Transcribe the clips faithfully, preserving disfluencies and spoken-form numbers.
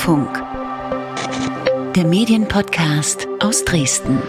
Flurfunk, der Medienpodcast aus Dresden.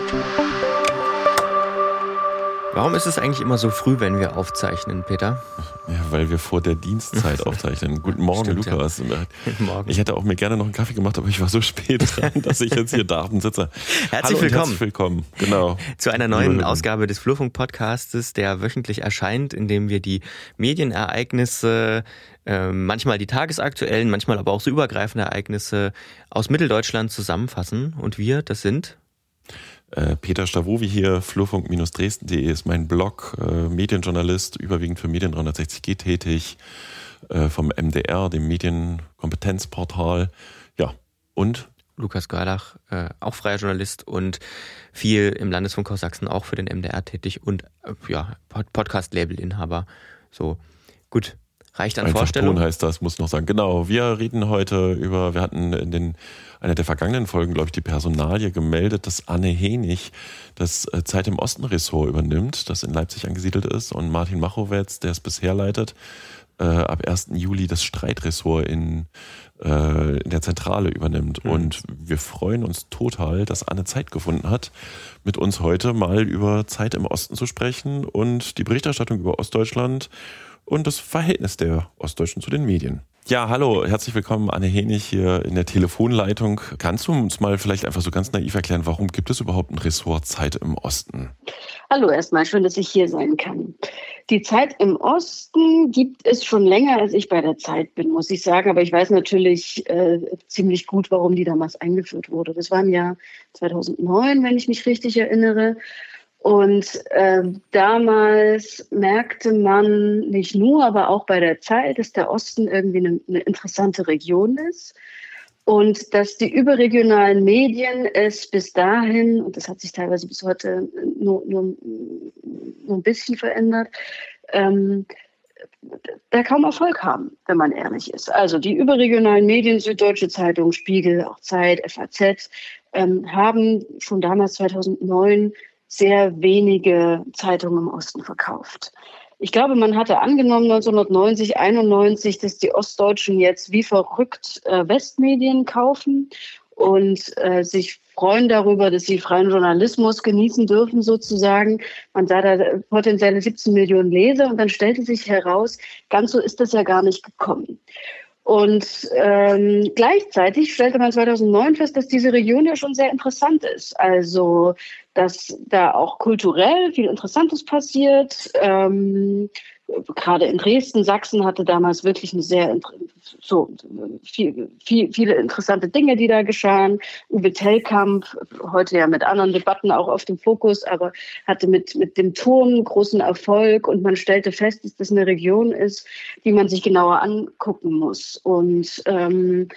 Warum ist es eigentlich immer so früh, wenn wir aufzeichnen, Peter? Ja, weil wir vor der Dienstzeit aufzeichnen. Guten Morgen, Stimmt, Lukas. Ja. Guten Morgen. Ich hätte auch mir gerne noch einen Kaffee gemacht, aber ich war so spät dran, dass ich jetzt hier da und sitze. Herzlich Hallo willkommen. Herzlich willkommen. Genau. Zu einer neuen Ausgabe des Flurfunk-Podcastes, der wöchentlich erscheint, in dem wir die Medienereignisse, äh, manchmal die tagesaktuellen, manchmal aber auch so übergreifende Ereignisse aus Mitteldeutschland zusammenfassen. Und wir, das sind... Äh, Peter Stavovi hier, flurfunk Dresden punkt de ist mein Blog, äh, Medienjournalist, überwiegend für Medien dreihundertsechzig G tätig, äh, vom M D R, dem Medienkompetenzportal. Ja, und? Lukas Görlach, äh, auch freier Journalist und viel im Landesfunkhaus Sachsen, auch für den M D R tätig und äh, ja, Podcast-Label-Inhaber. So, gut. Reicht an Einfach Vorstellung? Ton heißt das, muss noch sagen. Genau, wir reden heute über, wir hatten in den einer der vergangenen Folgen, glaube ich, die Personalie gemeldet, dass Anne Henig das Zeit im Osten-Ressort übernimmt, das in Leipzig angesiedelt ist, und Martin Machowetz, der es bisher leitet, äh, ab ersten Juli das Streitressort in, äh, in der Zentrale übernimmt. Mhm. Und wir freuen uns total, dass Anne Zeit gefunden hat, mit uns heute mal über Zeit im Osten zu sprechen und die Berichterstattung über Ostdeutschland und das Verhältnis der Ostdeutschen zu den Medien. Ja, hallo, herzlich willkommen, Anne Henig hier in der Telefonleitung. Kannst du uns mal vielleicht einfach so ganz naiv erklären, warum gibt es überhaupt ein Ressort Zeit im Osten? Hallo erstmal, schön, dass ich hier sein kann. Die Zeit im Osten gibt es schon länger, als ich bei der Zeit bin, muss ich sagen. Aber ich weiß natürlich äh, ziemlich gut, warum die damals eingeführt wurde. Das war im Jahr zweitausendneun, wenn ich mich richtig erinnere. Und äh, damals merkte man nicht nur, aber auch bei der Zeit, dass der Osten irgendwie eine, eine interessante Region ist und dass die überregionalen Medien es bis dahin, und das hat sich teilweise bis heute nur, nur, nur ein bisschen verändert, ähm, da kaum Erfolg haben, wenn man ehrlich ist. Also die überregionalen Medien, Süddeutsche Zeitung, Spiegel, auch Zeit, F A Z, ähm, haben schon damals zweitausendneun sehr wenige Zeitungen im Osten verkauft. Ich glaube, man hatte angenommen neunzehnhundertneunzig, einundneunzig, dass die Ostdeutschen jetzt wie verrückt äh, Westmedien kaufen und äh, sich freuen darüber, dass sie freien Journalismus genießen dürfen sozusagen. Man sah da potenzielle siebzehn Millionen Leser und dann stellte sich heraus, ganz so ist das ja gar nicht gekommen. Und ähm, gleichzeitig stellte man zweitausendneun fest, dass diese Region ja schon sehr interessant ist. Also, dass da auch kulturell viel Interessantes passiert. Ähm, gerade in Dresden, Sachsen hatte damals wirklich eine sehr so viel, viel, viele interessante Dinge, die da geschahen. Uwe Tellkamp, heute ja mit anderen Debatten auch auf dem Fokus, aber hatte mit, mit dem Turm großen Erfolg und man stellte fest, dass das eine Region ist, die man sich genauer angucken muss. Und ähm,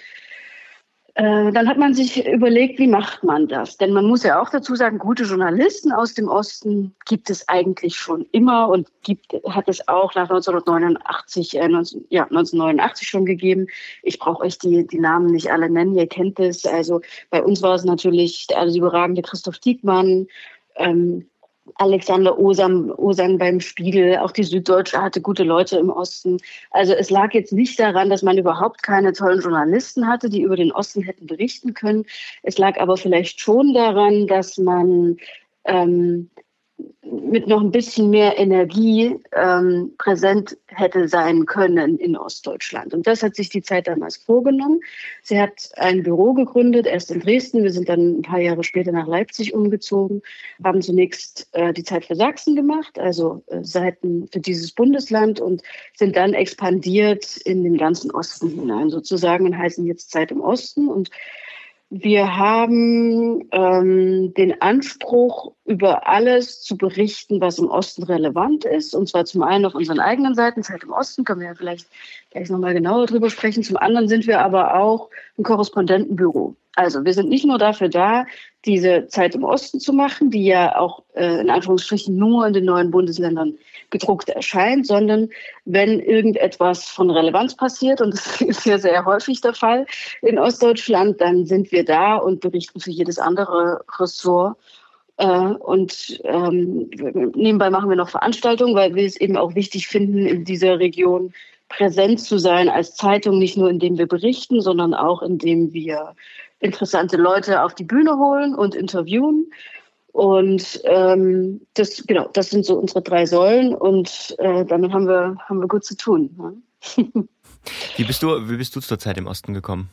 Äh, dann hat man sich überlegt, wie macht man das? Denn man muss ja auch dazu sagen, gute Journalisten aus dem Osten gibt es eigentlich schon immer und gibt, hat es auch nach neunzehnhundertneunundachtzig, äh, neunzehn, ja, neunzehnhundertneunundachtzig schon gegeben. Ich brauche euch die, die Namen nicht alle nennen, ihr kennt es. Also bei uns war es natürlich der alles überragende Christoph Diekmann, ähm, Alexander Osang, Osang beim Spiegel, auch die Süddeutsche hatte gute Leute im Osten. Also es lag jetzt nicht daran, dass man überhaupt keine tollen Journalisten hatte, die über den Osten hätten berichten können. Es lag aber vielleicht schon daran, dass man ähm, mit noch ein bisschen mehr Energie ähm, präsent hätte sein können in Ostdeutschland. Und das hat sich die Zeit damals vorgenommen. Sie hat ein Büro gegründet, erst in Dresden. Wir sind dann ein paar Jahre später nach Leipzig umgezogen, haben zunächst äh, die Zeit für Sachsen gemacht, also äh, Seiten für dieses Bundesland und sind dann expandiert in den ganzen Osten hinein sozusagen und heißen jetzt Zeit im Osten. Und wir haben ähm, den Anspruch, über alles zu berichten, was im Osten relevant ist. Und zwar zum einen auf unseren eigenen Seiten, Zeit im Osten, können wir ja vielleicht gleich nochmal genauer drüber sprechen. Zum anderen sind wir aber auch ein Korrespondentenbüro. Also wir sind nicht nur dafür da, diese Zeit im Osten zu machen, die ja auch äh, in Anführungsstrichen nur in den neuen Bundesländern gedruckt erscheint, sondern wenn irgendetwas von Relevanz passiert, und das ist ja sehr häufig der Fall in Ostdeutschland, dann sind wir da und berichten für jedes andere Ressort. Äh, und ähm, nebenbei machen wir noch Veranstaltungen, weil wir es eben auch wichtig finden, in dieser Region präsent zu sein als Zeitung, nicht nur indem wir berichten, sondern auch indem wir interessante Leute auf die Bühne holen und interviewen. Und ähm, das, genau, das sind so unsere drei Säulen und äh, damit haben wir, haben wir gut zu tun. Ne? Wie bist du, wie bist du zur Zeit im Osten gekommen?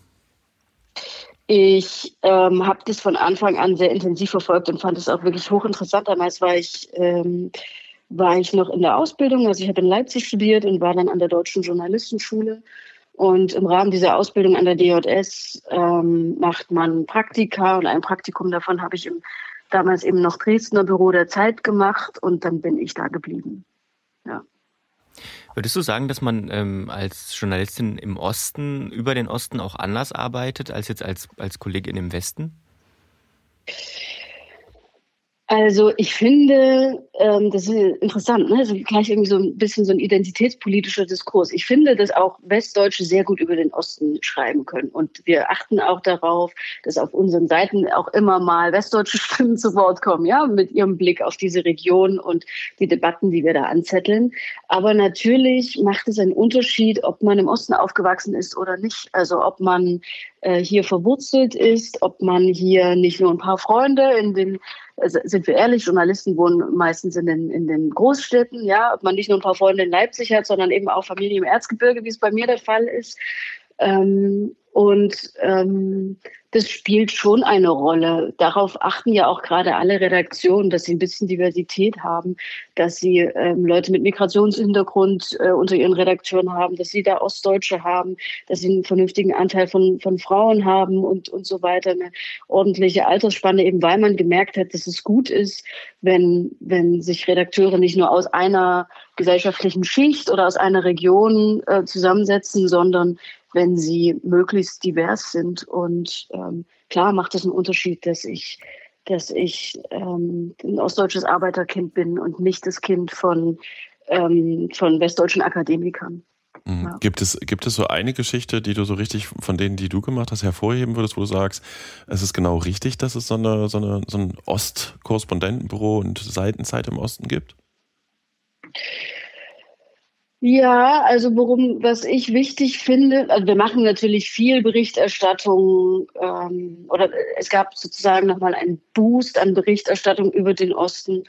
Ich ähm, habe das von Anfang an sehr intensiv verfolgt und fand es auch wirklich hochinteressant. Damals war ich, ähm, war ich noch in der Ausbildung, also ich habe in Leipzig studiert und war dann an der Deutschen Journalistenschule. Und im Rahmen dieser Ausbildung an der D J S ähm, macht man Praktika und ein Praktikum davon habe ich im damals eben noch Dresdner Büro der Zeit gemacht und dann bin ich da geblieben. Ja. Würdest du sagen, dass man ähm, als Journalistin im Osten über den Osten auch anders arbeitet als jetzt als, als Kollegin im Westen? Also ich finde, ähm, das ist interessant, ne? Also gleich irgendwie so ein bisschen so ein identitätspolitischer Diskurs. Ich finde, dass auch Westdeutsche sehr gut über den Osten schreiben können. Und wir achten auch darauf, dass auf unseren Seiten auch immer mal westdeutsche Stimmen zu Wort kommen, ja, mit ihrem Blick auf diese Region und die Debatten, die wir da anzetteln. Aber natürlich macht es einen Unterschied, ob man im Osten aufgewachsen ist oder nicht. Also ob man äh, hier verwurzelt ist, ob man hier nicht nur ein paar Freunde in den sind wir ehrlich, Journalisten wohnen meistens in den, in den Großstädten, ja, ob man nicht nur ein paar Freunde in Leipzig hat, sondern eben auch Familie im Erzgebirge, wie es bei mir der Fall ist. Ähm, und ähm, das spielt schon eine Rolle. Darauf achten ja auch gerade alle Redaktionen, dass sie ein bisschen Diversität haben, dass sie ähm, Leute mit Migrationshintergrund äh, unter ihren Redakteuren haben, dass sie da Ostdeutsche haben, dass sie einen vernünftigen Anteil von, von Frauen haben und, und so weiter, eine ordentliche Altersspanne, eben weil man gemerkt hat, dass es gut ist, wenn, wenn sich Redakteure nicht nur aus einer gesellschaftlichen Schicht oder aus einer Region äh, zusammensetzen, sondern wenn sie möglichst divers sind. Und ähm, klar macht es einen Unterschied, dass ich, dass ich ähm, ein ostdeutsches Arbeiterkind bin und nicht das Kind von, ähm, von westdeutschen Akademikern. Mhm. Ja. Gibt es, gibt es so eine Geschichte, die du so richtig von denen, die du gemacht hast, hervorheben würdest, wo du sagst, es ist genau richtig, dass es so, eine, so, eine, so ein Ost-Korrespondentenbüro und Seitenzeit im Osten gibt? Ja, also worum, was ich wichtig finde, also wir machen natürlich viel Berichterstattung ähm, oder es gab sozusagen nochmal einen Boost an Berichterstattung über den Osten,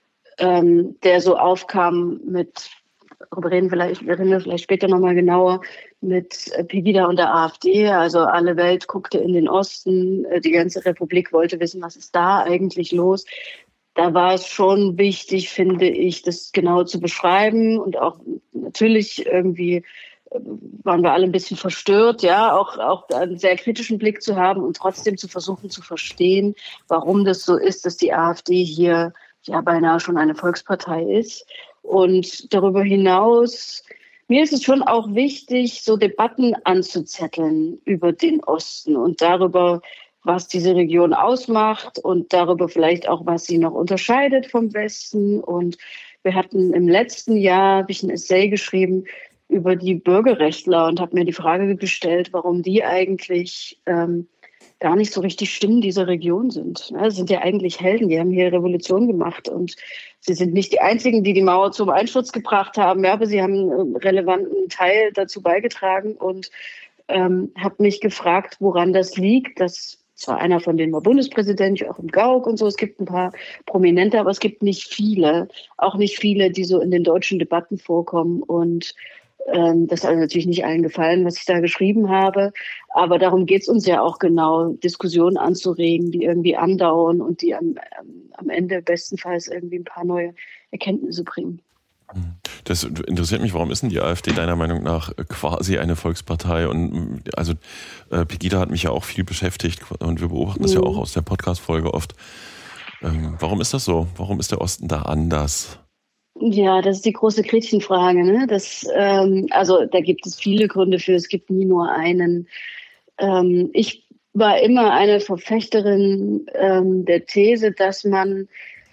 ähm, der so aufkam mit, darüber reden vielleicht, wir reden vielleicht später nochmal genauer, mit Pegida und der AfD, also alle Welt guckte in den Osten, die ganze Republik wollte wissen, was ist da eigentlich los. Da war es schon wichtig, finde ich, das genau zu beschreiben und auch natürlich irgendwie waren wir alle ein bisschen verstört, ja, auch, auch einen sehr kritischen Blick zu haben und trotzdem zu versuchen zu verstehen, warum das so ist, dass die AfD hier ja beinahe schon eine Volkspartei ist. Und darüber hinaus, mir ist es schon auch wichtig, so Debatten anzuzetteln über den Osten und darüber, was diese Region ausmacht und darüber vielleicht auch, was sie noch unterscheidet vom Westen. Und wir hatten im letzten Jahr, habe ich ein Essay geschrieben über die Bürgerrechtler und habe mir die Frage gestellt, warum die eigentlich ähm, gar nicht so richtig Stimmen dieser Region sind. Ja, das sind ja eigentlich Helden, die haben hier Revolution gemacht und sie sind nicht die einzigen, die die Mauer zum Einsturz gebracht haben, ja, aber sie haben einen relevanten Teil dazu beigetragen und ähm, habe mich gefragt, woran das liegt, dass zwar einer von denen war Bundespräsident, auch im Gauck und so, es gibt ein paar Prominente, aber es gibt nicht viele, auch nicht viele, die so in den deutschen Debatten vorkommen und ähm, das hat natürlich nicht allen gefallen, was ich da geschrieben habe, aber darum geht es uns ja auch genau, Diskussionen anzuregen, die irgendwie andauern und die am, am Ende bestenfalls irgendwie ein paar neue Erkenntnisse bringen. Das interessiert mich, warum ist denn die AfD deiner Meinung nach quasi eine Volkspartei? Und also äh, Pegida hat mich ja auch viel beschäftigt und wir beobachten das mhm. ja auch aus der Podcast-Folge oft. Ähm, warum ist das so? Warum ist der Osten da anders? Ja, das ist die große Gretchenfrage. Ne? Das, ähm, also da gibt es viele Gründe für, es gibt nie nur einen. Ähm, ich war immer eine Verfechterin ähm, der These, dass man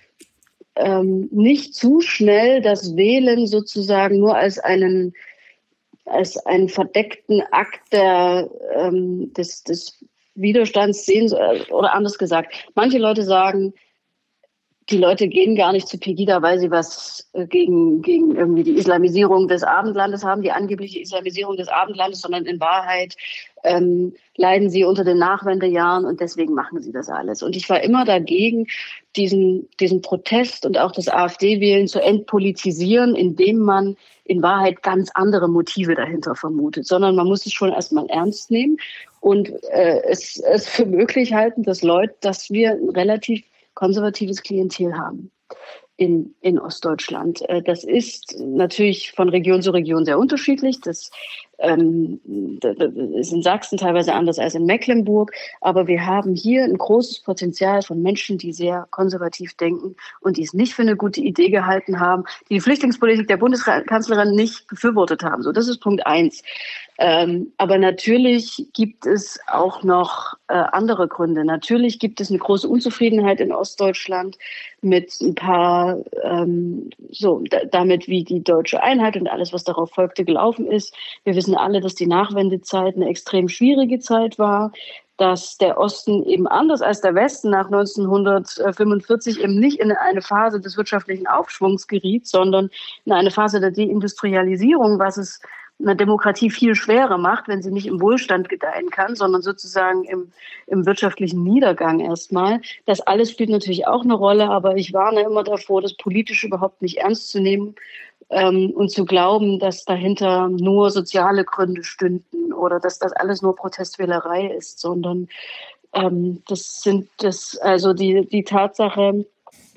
Ähm, nicht zu schnell das Wählen sozusagen nur als einen, als einen verdeckten Akt der, ähm, des, des Widerstands sehen, oder anders gesagt, manche Leute sagen, die Leute gehen gar nicht zu Pegida, weil sie was gegen, gegen irgendwie die Islamisierung des Abendlandes haben, die angebliche Islamisierung des Abendlandes, sondern in Wahrheit ähm, leiden sie unter den Nachwendejahren und deswegen machen sie das alles. Und ich war immer dagegen, diesen, diesen Protest und auch das AfD-Wählen zu entpolitisieren, indem man in Wahrheit ganz andere Motive dahinter vermutet, sondern man muss es schon erstmal ernst nehmen und äh, es, es für möglich halten, dass Leute, dass wir ein relativ konservatives Klientel haben in, in Ostdeutschland. Das ist natürlich von Region zu Region sehr unterschiedlich. Das, ähm, das ist in Sachsen teilweise anders als in Mecklenburg. Aber wir haben hier ein großes Potenzial von Menschen, die sehr konservativ denken und die es nicht für eine gute Idee gehalten haben, die die Flüchtlingspolitik der Bundeskanzlerin nicht befürwortet haben. So, das ist Punkt eins. Ähm, aber natürlich gibt es auch noch äh, andere Gründe. Natürlich gibt es eine große Unzufriedenheit in Ostdeutschland mit ein paar, ähm, so d- damit, wie die deutsche Einheit und alles, was darauf folgte, gelaufen ist. Wir wissen alle, dass die Nachwendezeit eine extrem schwierige Zeit war, dass der Osten eben anders als der Westen nach neunzehnhundertfünfundvierzig eben nicht in eine Phase des wirtschaftlichen Aufschwungs geriet, sondern in eine Phase der Deindustrialisierung, was es eine Demokratie viel schwerer macht, wenn sie nicht im Wohlstand gedeihen kann, sondern sozusagen im, im wirtschaftlichen Niedergang erstmal. Das alles spielt natürlich auch eine Rolle, aber ich warne immer davor, das politisch überhaupt nicht ernst zu nehmen ähm, und zu glauben, dass dahinter nur soziale Gründe stünden oder dass das alles nur Protestwählerei ist, sondern ähm, das sind das, also die, die Tatsache,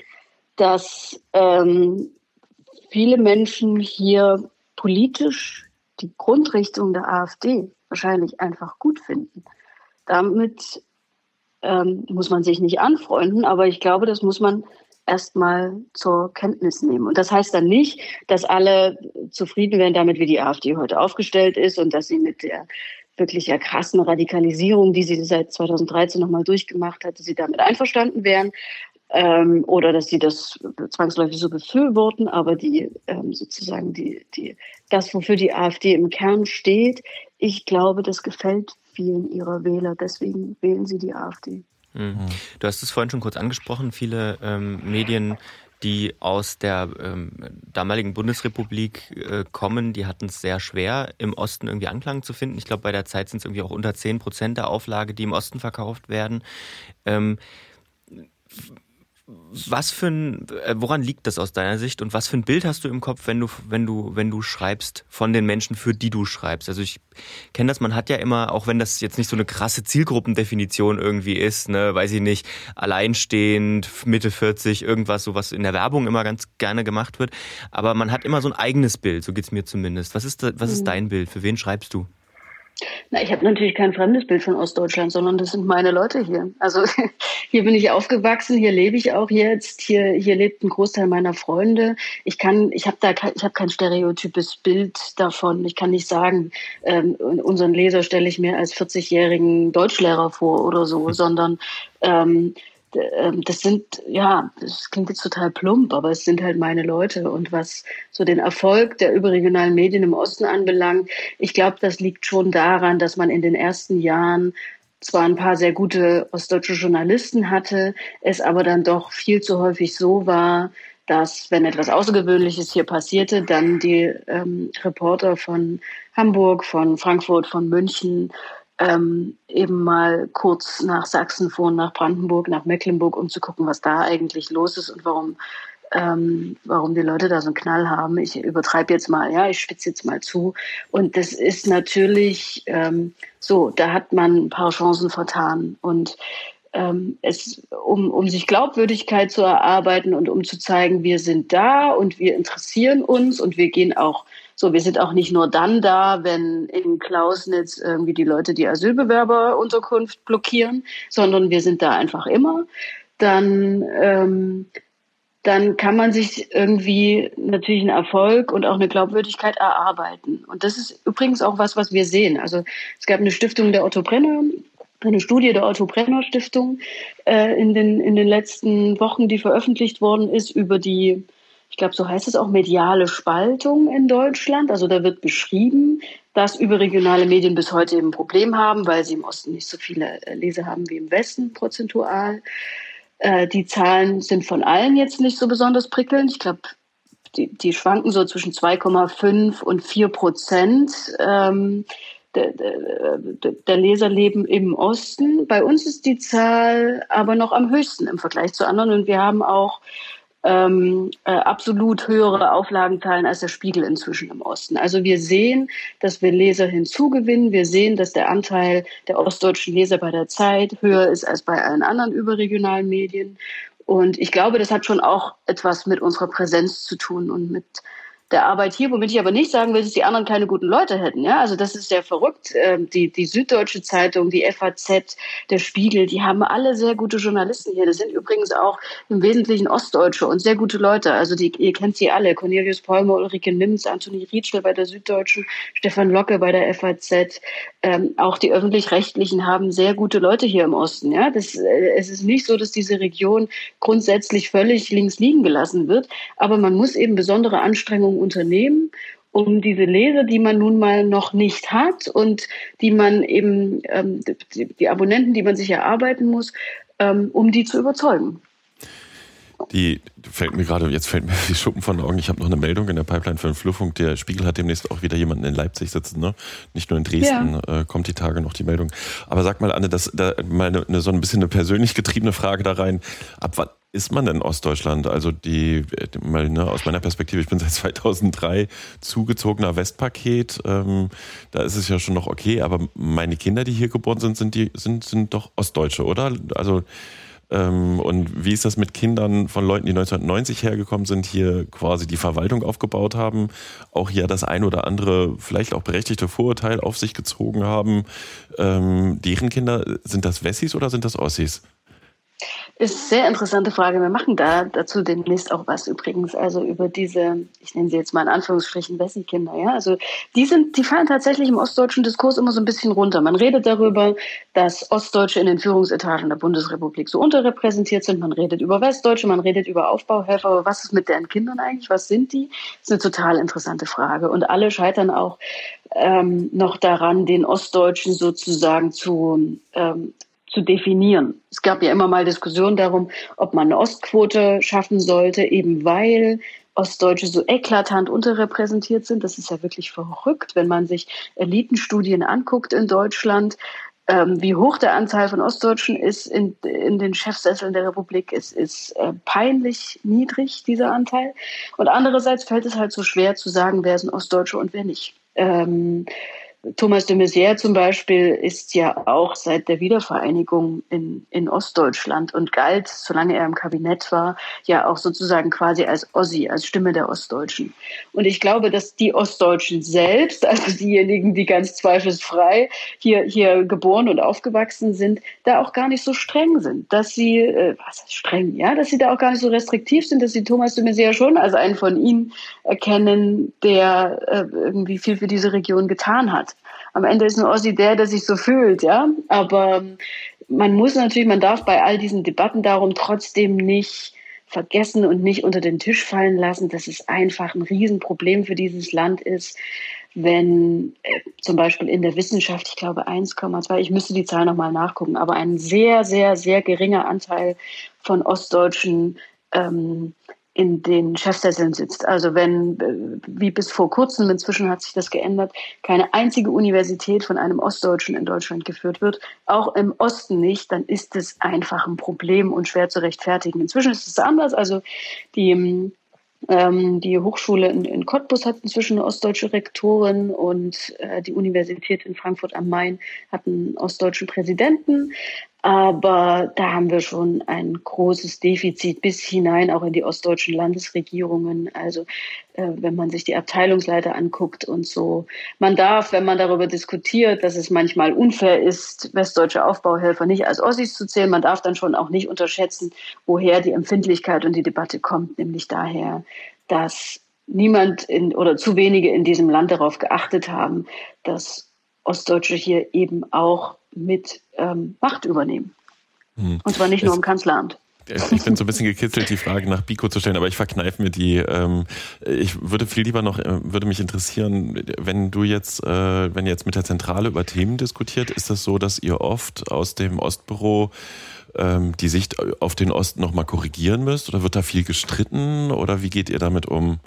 dass ähm, viele Menschen hier politisch die Grundrichtung der AfD wahrscheinlich einfach gut finden. Damit ähm, muss man sich nicht anfreunden, aber ich glaube, das muss man erstmal zur Kenntnis nehmen. Und das heißt dann nicht, dass alle zufrieden wären damit, wie die AfD heute aufgestellt ist und dass sie mit der wirklich ja krassen Radikalisierung, die sie seit zweitausenddreizehn nochmal durchgemacht hat, dass sie damit einverstanden wären. Ähm, oder dass sie das zwangsläufig so befürworten, aber die ähm, sozusagen die, die, das, wofür die AfD im Kern steht, ich glaube, das gefällt vielen ihrer Wähler, deswegen wählen sie die AfD. Mhm. Du hast es vorhin schon kurz angesprochen, viele ähm, Medien, die aus der ähm, damaligen Bundesrepublik äh, kommen, die hatten es sehr schwer, im Osten irgendwie Anklang zu finden. Ich glaube, bei der Zeit sind es irgendwie auch unter zehn Prozent der Auflage, die im Osten verkauft werden. Ähm, Was für ein, woran liegt das aus deiner Sicht und was für ein Bild hast du im Kopf, wenn du, wenn du, wenn du schreibst von den Menschen, für die du schreibst? Also ich kenne das, man hat ja immer, auch wenn das jetzt nicht so eine krasse Zielgruppendefinition irgendwie ist, ne, weiß ich nicht, alleinstehend, Mitte vierzig, irgendwas, so was in der Werbung immer ganz gerne gemacht wird, aber man hat immer so ein eigenes Bild, so geht's mir zumindest. Was ist, da, was ist dein Bild? Für wen schreibst du? Na, ich habe natürlich kein fremdes Bild von Ostdeutschland, sondern das sind meine Leute hier. Also hier bin ich aufgewachsen, hier lebe ich auch jetzt, hier hier lebt ein Großteil meiner Freunde. Ich kann, ich habe da, ich habe kein stereotypes Bild davon. Ich kann nicht sagen, ähm, unseren Leser stelle ich mir als vierzigjährigen Deutschlehrer vor oder so, sondern ähm, das sind, ja, das klingt jetzt total plump, aber es sind halt meine Leute. Und was so den Erfolg der überregionalen Medien im Osten anbelangt, ich glaube, das liegt schon daran, dass man in den ersten Jahren zwar ein paar sehr gute ostdeutsche Journalisten hatte, es aber dann doch viel zu häufig so war, dass, wenn etwas Außergewöhnliches hier passierte, dann die ähm, Reporter von Hamburg, von Frankfurt, von München Ähm, eben mal kurz nach Sachsen fuhren, nach Brandenburg, nach Mecklenburg, um zu gucken, was da eigentlich los ist und warum ähm, warum die Leute da so einen Knall haben. Ich übertreibe jetzt mal, ja, ich spitze jetzt mal zu. Und das ist natürlich ähm, so, da hat man ein paar Chancen vertan. Und ähm, es, um, um sich Glaubwürdigkeit zu erarbeiten und um zu zeigen, wir sind da und wir interessieren uns und wir gehen auch So, wir sind auch nicht nur dann da, wenn in Klausnitz irgendwie die Leute die Asylbewerberunterkunft blockieren, sondern wir sind da einfach immer. Dann, ähm, dann kann man sich irgendwie natürlich einen Erfolg und auch eine Glaubwürdigkeit erarbeiten. Und das ist übrigens auch was, was wir sehen. Also es gab eine Stiftung der Otto Brenner, eine Studie der Otto Brenner Stiftung äh, in den in den letzten Wochen, die veröffentlicht worden ist über die, ich glaube, so heißt es auch, mediale Spaltung in Deutschland. Also da wird beschrieben, dass überregionale Medien bis heute eben ein Problem haben, weil sie im Osten nicht so viele Leser haben wie im Westen prozentual. Äh, die Zahlen sind von allen jetzt nicht so besonders prickelnd. Ich glaube, die, die schwanken so zwischen zwei Komma fünf und vier Prozent. Ähm, der, der, der Leser leben im Osten. Bei uns ist die Zahl aber noch am höchsten im Vergleich zu anderen. Und wir haben auch ähm, äh, absolut höhere Auflagenzahlen als der Spiegel inzwischen im Osten. Also wir sehen, dass wir Leser hinzugewinnen. Wir sehen, dass der Anteil der ostdeutschen Leser bei der Zeit höher ist als bei allen anderen überregionalen Medien. Und ich glaube, das hat schon auch etwas mit unserer Präsenz zu tun und mit der Arbeit hier, womit ich aber nicht sagen will, dass die anderen keine guten Leute hätten. Ja, also das ist sehr verrückt. Die, die Süddeutsche Zeitung, die F A Z, der Spiegel, die haben alle sehr gute Journalisten hier. Das sind übrigens auch im Wesentlichen Ostdeutsche und sehr gute Leute. Also die, ihr kennt sie alle. Cornelius Polmer, Ulrike Nimms, Anthony Rietschel bei der Süddeutschen, Stefan Locke bei der F A Z. Ähm, auch die Öffentlich-Rechtlichen haben sehr gute Leute hier im Osten. Ja, das, äh, es ist nicht so, dass diese Region grundsätzlich völlig links liegen gelassen wird. Aber man muss eben besondere Anstrengungen unternehmen, um diese Leser, die man nun mal noch nicht hat und die man eben, ähm, die, die Abonnenten, die man sich erarbeiten muss, ähm, um die zu überzeugen. Die fällt mir gerade, jetzt fällt mir die Schuppen von den Augen. Ich habe noch eine Meldung in der Pipeline für den Flurfunk. Der Spiegel hat demnächst auch wieder jemanden in Leipzig sitzen, ne? Nicht nur in Dresden, ja. äh, kommt die Tage noch die Meldung. Aber sag mal, Anne, das da mal eine, eine, so ein bisschen eine persönlich getriebene Frage da rein. Ab wann ist man denn in Ostdeutschland? Also die, mal, ne, aus meiner Perspektive, ich bin seit zweitausenddrei zugezogener Westpaket. Ähm, da ist es ja schon noch okay, aber meine Kinder, die hier geboren sind, sind die sind sind doch Ostdeutsche, oder? Also Ähm, und wie ist das mit Kindern von Leuten, die neunzehnhundertneunzig hergekommen sind, hier quasi die Verwaltung aufgebaut haben, auch hier das ein oder andere, vielleicht auch berechtigte Vorurteil auf sich gezogen haben? Ähm, deren Kinder, sind das Wessis oder sind das Ossis? Ist eine sehr interessante Frage. Wir machen da dazu demnächst auch was übrigens. Also über diese, ich nenne sie jetzt mal in Anführungsstrichen Wessi-Kinder. Ja? Also die sind, die fallen tatsächlich im ostdeutschen Diskurs immer so ein bisschen runter. Man redet darüber, dass Ostdeutsche in den Führungsetagen der Bundesrepublik so unterrepräsentiert sind. Man redet über Westdeutsche, man redet über Aufbauhelfer. Aber was ist mit deren Kindern eigentlich? Was sind die? Das ist eine total interessante Frage. Und alle scheitern auch ähm, noch daran, den Ostdeutschen sozusagen zu ähm, zu definieren. Es gab ja immer mal Diskussionen darum, ob man eine Ostquote schaffen sollte, eben weil Ostdeutsche so eklatant unterrepräsentiert sind. Das ist ja wirklich verrückt, wenn man sich Elitenstudien anguckt in Deutschland, ähm, wie hoch der Anteil von Ostdeutschen ist in, in den Chefsesseln der Republik. Es ist äh, peinlich niedrig, dieser Anteil. Und andererseits fällt es halt so schwer zu sagen, wer ist ein Ostdeutscher und wer nicht. Ähm, Thomas de Maizière zum Beispiel ist ja auch seit der Wiedervereinigung in, in Ostdeutschland und galt, solange er im Kabinett war, ja auch sozusagen quasi als Ossi, als Stimme der Ostdeutschen. Und ich glaube, dass die Ostdeutschen selbst, also diejenigen, die ganz zweifelsfrei hier, hier geboren und aufgewachsen sind, da auch gar nicht so streng sind, dass sie, äh, was ist streng, ja, dass sie da auch gar nicht so restriktiv sind, dass sie Thomas de Maizière schon als einen von ihnen erkennen, der äh, irgendwie viel für diese Region getan hat. Am Ende ist ein Ossi der, der sich so fühlt, ja. Aber man muss natürlich, man darf bei all diesen Debatten darum trotzdem nicht vergessen und nicht unter den Tisch fallen lassen, dass es einfach ein Riesenproblem für dieses Land ist, wenn äh, zum Beispiel in der Wissenschaft, ich glaube eins Komma zwei, ich müsste die Zahl nochmal nachgucken, aber ein sehr, sehr, sehr geringer Anteil von Ostdeutschen ähm, in den Chefsesseln sitzt. Also wenn, wie bis vor kurzem, inzwischen hat sich das geändert, keine einzige Universität von einem Ostdeutschen in Deutschland geführt wird, auch im Osten nicht, dann ist es einfach ein Problem und schwer zu rechtfertigen. Inzwischen ist es anders. Also die Ähm, die Hochschule in, in Cottbus hat inzwischen eine ostdeutsche Rektorin und äh, die Universität in Frankfurt am Main hat einen ostdeutschen Präsidenten. Aber da haben wir schon ein großes Defizit bis hinein auch in die ostdeutschen Landesregierungen. Also äh, wenn man sich die Abteilungsleiter anguckt und so. Man darf, wenn man darüber diskutiert, dass es manchmal unfair ist, westdeutsche Aufbauhelfer nicht als Ossis zu zählen, man darf dann schon auch nicht unterschätzen, woher die Empfindlichkeit und die Debatte kommt, nämlich daher, dass niemand in, oder zu wenige in diesem Land darauf geachtet haben, dass Ostdeutsche hier eben auch mit ähm, Macht übernehmen. Hm. Und zwar nicht nur es, im Kanzleramt. Ich bin so ein bisschen gekitzelt, die Frage nach Biko zu stellen, aber ich verkneife mir die. Ich würde viel lieber noch, würde mich interessieren, wenn du jetzt, wenn ihr jetzt mit der Zentrale über Themen diskutiert, ist das so, dass ihr oft aus dem Ostbüro die Sicht auf den Osten nochmal korrigieren müsst? Oder wird da viel gestritten? Oder wie geht ihr damit um?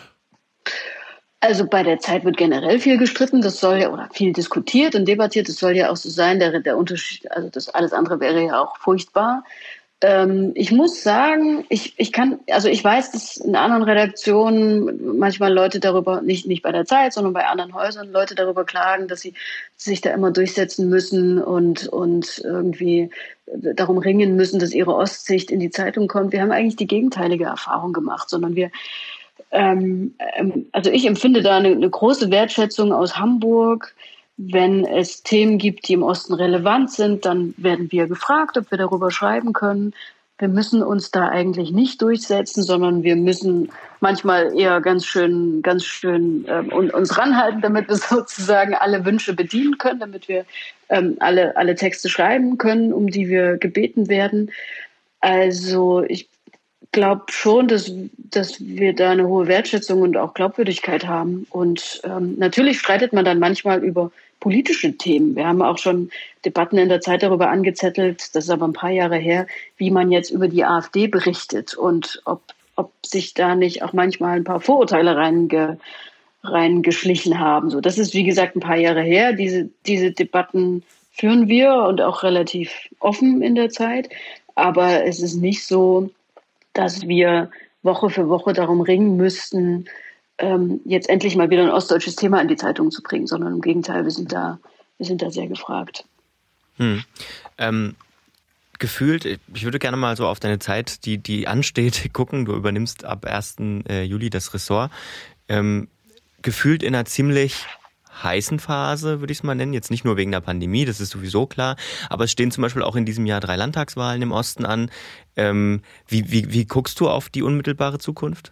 Also bei der Zeit wird generell viel gestritten, das soll ja, oder viel diskutiert und debattiert, das soll ja auch so sein, der, der Unterschied, also das alles andere wäre ja auch furchtbar. Ähm, ich muss sagen, ich, ich kann, also ich weiß, dass in anderen Redaktionen manchmal Leute darüber, nicht, nicht bei der Zeit, sondern bei anderen Häusern, Leute darüber klagen, dass sie sich da immer durchsetzen müssen und, und irgendwie darum ringen müssen, dass ihre Ostsicht in die Zeitung kommt. Wir haben eigentlich die gegenteilige Erfahrung gemacht, sondern wir, ähm, also ich empfinde da eine, eine große Wertschätzung aus Hamburg. Wenn es Themen gibt, die im Osten relevant sind, dann werden wir gefragt, ob wir darüber schreiben können. Wir müssen uns da eigentlich nicht durchsetzen, sondern wir müssen manchmal eher ganz schön, ganz schön ähm, uns ranhalten, damit wir sozusagen alle Wünsche bedienen können, damit wir ähm, alle, alle Texte schreiben können, um die wir gebeten werden. Also ich glaube schon, dass, dass wir da eine hohe Wertschätzung und auch Glaubwürdigkeit haben. Und ähm, natürlich streitet man dann manchmal über politische Themen. Wir haben auch schon Debatten in der Zeit darüber angezettelt, das ist aber ein paar Jahre her, wie man jetzt über die AfD berichtet und ob, ob sich da nicht auch manchmal ein paar Vorurteile reinge, reingeschlichen haben. So, das ist, wie gesagt, ein paar Jahre her. Diese, diese Debatten führen wir und auch relativ offen in der Zeit. Aber es ist nicht so, dass wir Woche für Woche darum ringen müssten, ähm, jetzt endlich mal wieder ein ostdeutsches Thema in die Zeitung zu bringen, sondern im Gegenteil, wir sind da, wir sind da sehr gefragt. Hm. Ähm, gefühlt, ich würde gerne mal so auf deine Zeit, die, die ansteht, gucken. Du übernimmst ab ersten Juli das Ressort. Ähm, gefühlt in einer ziemlich heißen Phase, würde ich es mal nennen. Jetzt nicht nur wegen der Pandemie, das ist sowieso klar. Aber es stehen zum Beispiel auch in diesem Jahr drei Landtagswahlen im Osten an. Ähm, wie, wie, wie guckst du auf die unmittelbare Zukunft?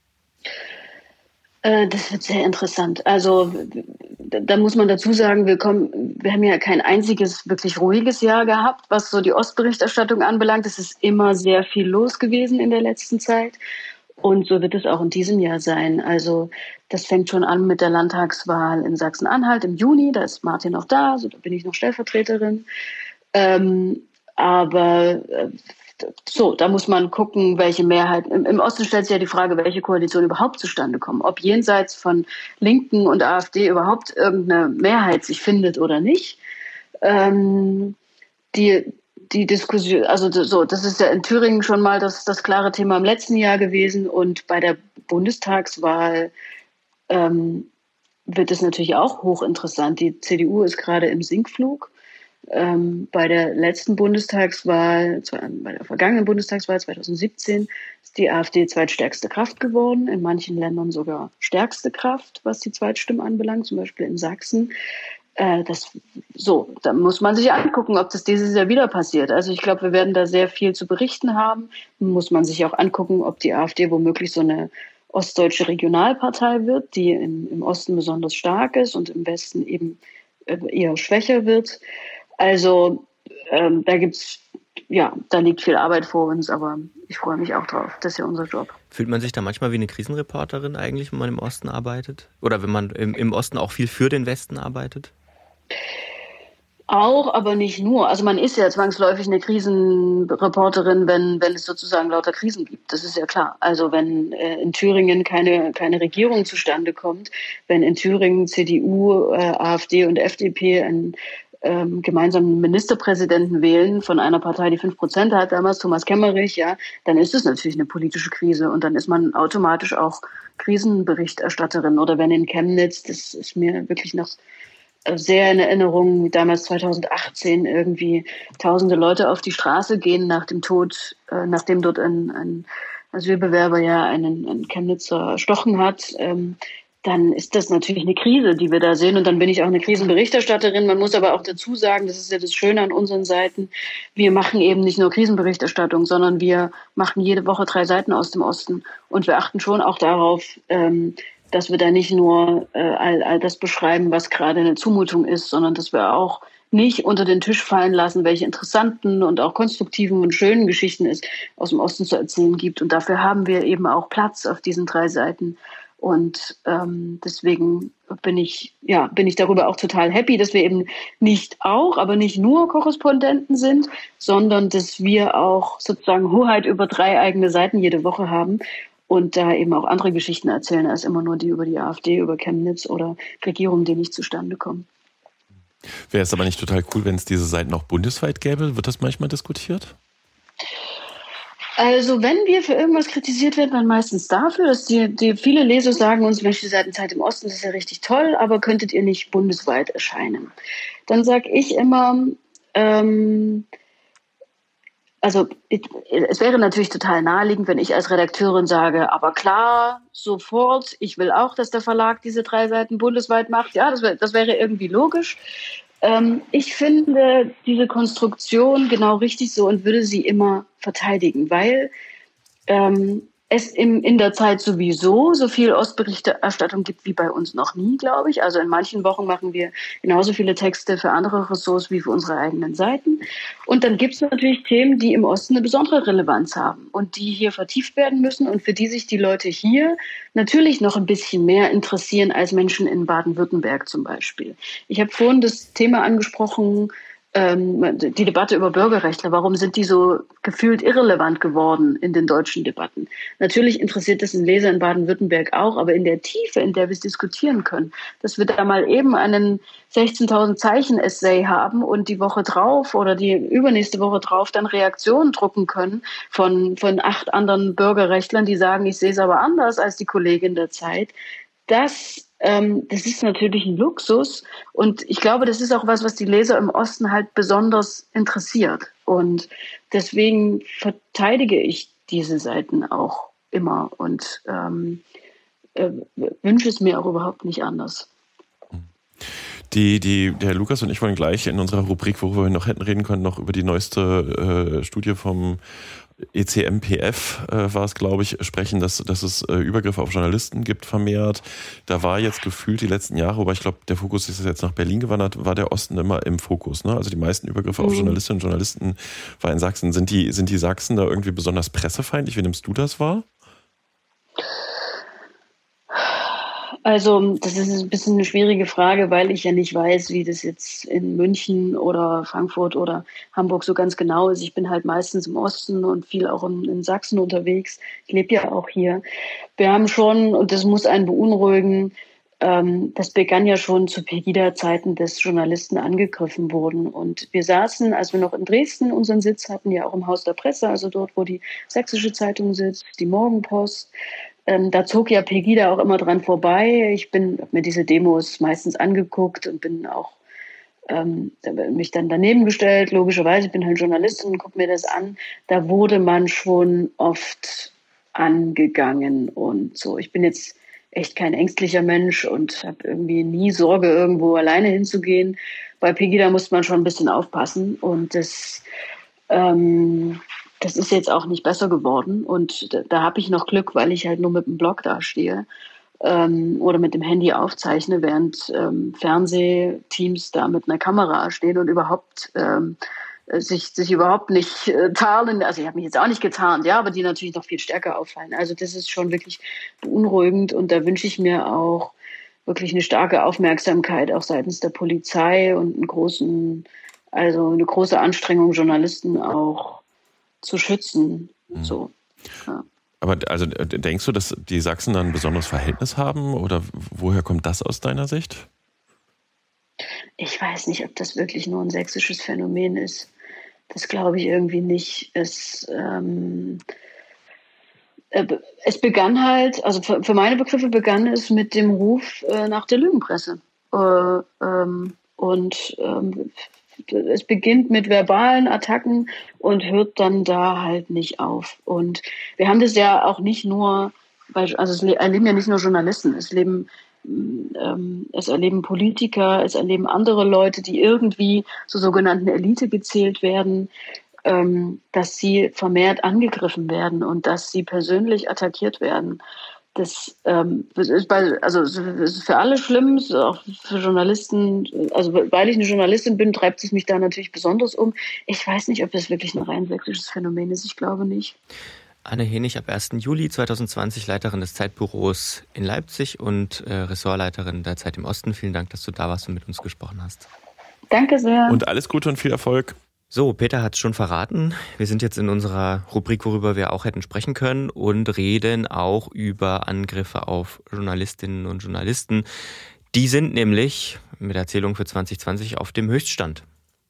Das wird sehr interessant. Also da muss man dazu sagen, wir kommen, wir haben ja kein einziges wirklich ruhiges Jahr gehabt, was so die Ostberichterstattung anbelangt. Es ist immer sehr viel los gewesen in der letzten Zeit. Und so wird es auch in diesem Jahr sein. Also das fängt schon an mit der Landtagswahl in Sachsen-Anhalt im Juni. Da ist Martin noch da, so da bin ich noch Stellvertreterin. Ähm, aber äh, so, da muss man gucken, welche Mehrheit. Im, Im Osten stellt sich ja die Frage, welche Koalitionen überhaupt zustande kommen. Ob jenseits von Linken und AfD überhaupt irgendeine Mehrheit sich findet oder nicht. Ähm, die Die Diskussion, also so, das ist ja in Thüringen schon mal das, das klare Thema im letzten Jahr gewesen. Und bei der Bundestagswahl ähm, wird es natürlich auch hochinteressant. Die C D U ist gerade im Sinkflug. Ähm, bei der letzten Bundestagswahl, bei der vergangenen Bundestagswahl zwanzig siebzehn, ist die AfD zweitstärkste Kraft geworden. In manchen Ländern sogar stärkste Kraft, was die Zweitstimmen anbelangt, zum Beispiel in Sachsen. Das, so, da muss man sich angucken, ob das dieses Jahr wieder passiert. Also ich glaube, wir werden da sehr viel zu berichten haben. Muss man sich auch angucken, ob die AfD womöglich so eine ostdeutsche Regionalpartei wird, die im, im Osten besonders stark ist und im Westen eben eher schwächer wird. Also ähm, da gibt's, ja, da liegt viel Arbeit vor uns, aber ich freue mich auch drauf. Das ist ja unser Job. Fühlt man sich da manchmal wie eine Krisenreporterin eigentlich, wenn man im Osten arbeitet? Oder wenn man im, im Osten auch viel für den Westen arbeitet? Auch, aber nicht nur. Also man ist ja zwangsläufig eine Krisenreporterin, wenn, wenn es sozusagen lauter Krisen gibt. Das ist ja klar. Also wenn äh, in Thüringen keine, keine Regierung zustande kommt, wenn in Thüringen C D U, äh, AfD und F D P einen ähm, gemeinsamen Ministerpräsidenten wählen von einer Partei, die fünf Prozent hat, damals Thomas Kemmerich, ja, dann ist es natürlich eine politische Krise und dann ist man automatisch auch Krisenberichterstatterin. Oder wenn in Chemnitz, das ist mir wirklich noch sehr in Erinnerung, damals zwanzig achtzehn irgendwie tausende Leute auf die Straße gehen nach dem Tod, äh, nachdem dort ein, ein Asylbewerber ja einen, einen Chemnitzer erstochen hat, ähm, dann ist das natürlich eine Krise, die wir da sehen. Und dann bin ich auch eine Krisenberichterstatterin. Man muss aber auch dazu sagen, das ist ja das Schöne an unseren Seiten, wir machen eben nicht nur Krisenberichterstattung, sondern wir machen jede Woche drei Seiten aus dem Osten. Und wir achten schon auch darauf, ähm, dass wir da nicht nur äh, all, all das beschreiben, was gerade eine Zumutung ist, sondern dass wir auch nicht unter den Tisch fallen lassen, welche interessanten und auch konstruktiven und schönen Geschichten es aus dem Osten zu erzählen gibt. Und dafür haben wir eben auch Platz auf diesen drei Seiten. Und ähm, deswegen bin ich, ja, bin ich darüber auch total happy, dass wir eben nicht auch, aber nicht nur Korrespondenten sind, sondern dass wir auch sozusagen Hoheit über drei eigene Seiten jede Woche haben und da eben auch andere Geschichten erzählen, als immer nur die über die AfD, über Chemnitz oder Regierungen, die nicht zustande kommen. Wäre es aber nicht total cool, wenn es diese Seiten auch bundesweit gäbe? Wird das manchmal diskutiert? Also wenn wir für irgendwas kritisiert werden, dann meistens dafür, dass die, die viele Leser sagen uns, Mensch, die Seitenzeit im Osten, das ist ja richtig toll, aber könntet ihr nicht bundesweit erscheinen? Dann sage ich immer, ähm, also es wäre natürlich total naheliegend, wenn ich als Redakteurin sage, aber klar, sofort, ich will auch, dass der Verlag diese drei Seiten bundesweit macht. Ja, das, wär, das wäre irgendwie logisch. Ähm, ich finde diese Konstruktion genau richtig so und würde sie immer verteidigen, weil ähm, es im, in der Zeit sowieso so viel Ostberichterstattung gibt wie bei uns noch nie, glaube ich. Also in manchen Wochen machen wir genauso viele Texte für andere Ressorts wie für unsere eigenen Seiten. Und dann gibt es natürlich Themen, die im Osten eine besondere Relevanz haben und die hier vertieft werden müssen und für die sich die Leute hier natürlich noch ein bisschen mehr interessieren als Menschen in Baden-Württemberg zum Beispiel. Ich habe vorhin das Thema angesprochen, die Debatte über Bürgerrechte, warum sind die so gefühlt irrelevant geworden in den deutschen Debatten? Natürlich interessiert das einen Leser in Baden-Württemberg auch, aber in der Tiefe, in der wir es diskutieren können, dass wir da mal eben einen sechzehntausend Zeichen Essay haben und die Woche drauf oder die übernächste Woche drauf dann Reaktionen drucken können von, von acht anderen Bürgerrechtlern, die sagen, ich sehe es aber anders als die Kollegin der Zeit. Das Das ist natürlich ein Luxus und ich glaube, das ist auch was, was die Leser im Osten halt besonders interessiert und deswegen verteidige ich diese Seiten auch immer und ähm, äh, wünsche es mir auch überhaupt nicht anders. Die, die, der Lukas und ich wollen gleich in unserer Rubrik, worüber wir noch hätten reden können, noch über die neueste äh, Studie vom E C M P F äh, war es, glaube ich, sprechen, dass, dass es äh, Übergriffe auf Journalisten gibt vermehrt. Da war jetzt gefühlt die letzten Jahre, wobei ich glaube, der Fokus ist jetzt nach Berlin gewandert, war der Osten immer im Fokus. Ne? Also die meisten Übergriffe mhm. auf Journalistinnen und Journalisten war in Sachsen. Sind die, sind die Sachsen da irgendwie besonders pressefeindlich? Wie nimmst du das wahr? Also das ist ein bisschen eine schwierige Frage, weil ich ja nicht weiß, wie das jetzt in München oder Frankfurt oder Hamburg so ganz genau ist. Ich bin halt meistens im Osten und viel auch in, in Sachsen unterwegs. Ich lebe ja auch hier. Wir haben schon, und das muss einen beunruhigen, ähm, das begann ja schon zu Pegida-Zeiten, dass Journalisten angegriffen wurden. Und wir saßen, als wir noch in Dresden unseren Sitz hatten, ja auch im Haus der Presse, also dort, wo die Sächsische Zeitung sitzt, die Morgenpost. Ähm, da zog ja Pegida auch immer dran vorbei. Ich bin hab mir diese Demos meistens angeguckt und bin auch ähm, mich dann daneben gestellt. Logischerweise, ich bin halt Journalistin und gucke mir das an. Da wurde man schon oft angegangen und so. Ich bin jetzt echt kein ängstlicher Mensch und habe irgendwie nie Sorge, irgendwo alleine hinzugehen. Bei Pegida muss man schon ein bisschen aufpassen und das ähm, Das ist jetzt auch nicht besser geworden und da, da habe ich noch Glück, weil ich halt nur mit dem Blog dastehe ähm, oder mit dem Handy aufzeichne, während ähm, Fernsehteams da mit einer Kamera stehen und überhaupt ähm, sich sich überhaupt nicht äh, tarnen. Also ich habe mich jetzt auch nicht getarnt, ja, aber die natürlich noch viel stärker auffallen. Also das ist schon wirklich beunruhigend und da wünsche ich mir auch wirklich eine starke Aufmerksamkeit auch seitens der Polizei und einen großen, also eine große Anstrengung, Journalisten auch zu schützen. Mhm. So. Ja. Aber also denkst du, dass die Sachsen dann ein besonderes Verhältnis haben oder woher kommt das aus deiner Sicht? Ich weiß nicht, ob das wirklich nur ein sächsisches Phänomen ist. Das glaube ich irgendwie nicht. Es, ähm, äh, es begann halt, also für, für meine Begriffe begann es mit dem Ruf äh, nach der Lügenpresse. Äh, ähm, und ähm, es beginnt mit verbalen Attacken und hört dann da halt nicht auf. Und wir haben das ja auch nicht nur, weil, also es erleben ja nicht nur Journalisten, es leben, ähm, es erleben Politiker, es erleben andere Leute, die irgendwie zur sogenannten Elite gezählt werden, ähm, dass sie vermehrt angegriffen werden und dass sie persönlich attackiert werden. Das, ähm, das ist bei, also es ist für alle schlimm, es ist auch für Journalisten. Also weil ich eine Journalistin bin, treibt es mich da natürlich besonders um. Ich weiß nicht, ob das wirklich ein rein sächsisches Phänomen ist. Ich glaube nicht. Anne Henig, ab ersten Juli zweitausendzwanzig Leiterin des Zeitbüros in Leipzig und äh, Ressortleiterin der Zeit im Osten. Vielen Dank, dass du da warst und mit uns gesprochen hast. Danke sehr. Und alles Gute und viel Erfolg. So, Peter hat es schon verraten. Wir sind jetzt in unserer Rubrik, worüber wir auch hätten sprechen können und reden auch über Angriffe auf Journalistinnen und Journalisten. Die sind nämlich mit der Zählung für zwanzig zwanzig auf dem Höchststand.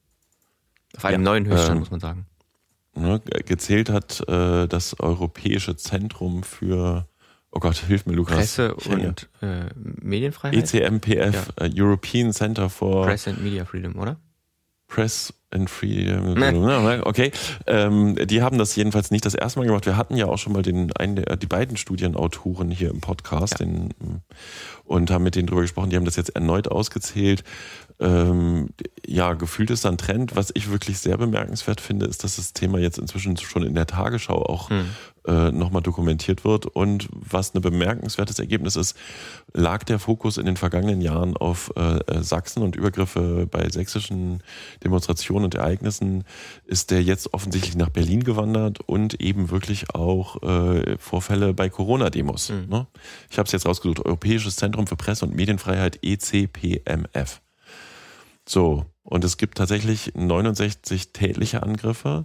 Auf einem ja, neuen Höchststand, äh, muss man sagen. Ne, gezählt hat äh, das Europäische Zentrum für, oh Gott, hilf mir, Lukas. Presse- und äh, Medienfreiheit? E C M P F, ja. uh, European Center for Press and Media Freedom, oder? Press and Freedom. Okay, ähm, die haben das jedenfalls nicht das erste Mal gemacht. Wir hatten ja auch schon mal den, einen der, die beiden Studienautoren hier im Podcast ja. den, und haben mit denen drüber gesprochen. Die haben das jetzt erneut ausgezählt. Ähm, ja, gefühlt ist da ein Trend. Was ich wirklich sehr bemerkenswert finde, ist, dass das Thema jetzt inzwischen schon in der Tagesschau auch hm. äh, nochmal dokumentiert wird. Und was ein bemerkenswertes Ergebnis ist, lag der Fokus in den vergangenen Jahren auf äh, Sachsen und Übergriffe bei sächsischen Demonstrationen und Ereignissen, ist der jetzt offensichtlich nach Berlin gewandert und eben wirklich auch äh, Vorfälle bei Corona-Demos. Hm. Ne? Ich habe es jetzt rausgesucht. Europäisches Zentrum für Presse- und Medienfreiheit, E C P M F. So, und es gibt tatsächlich neunundsechzig tätliche Angriffe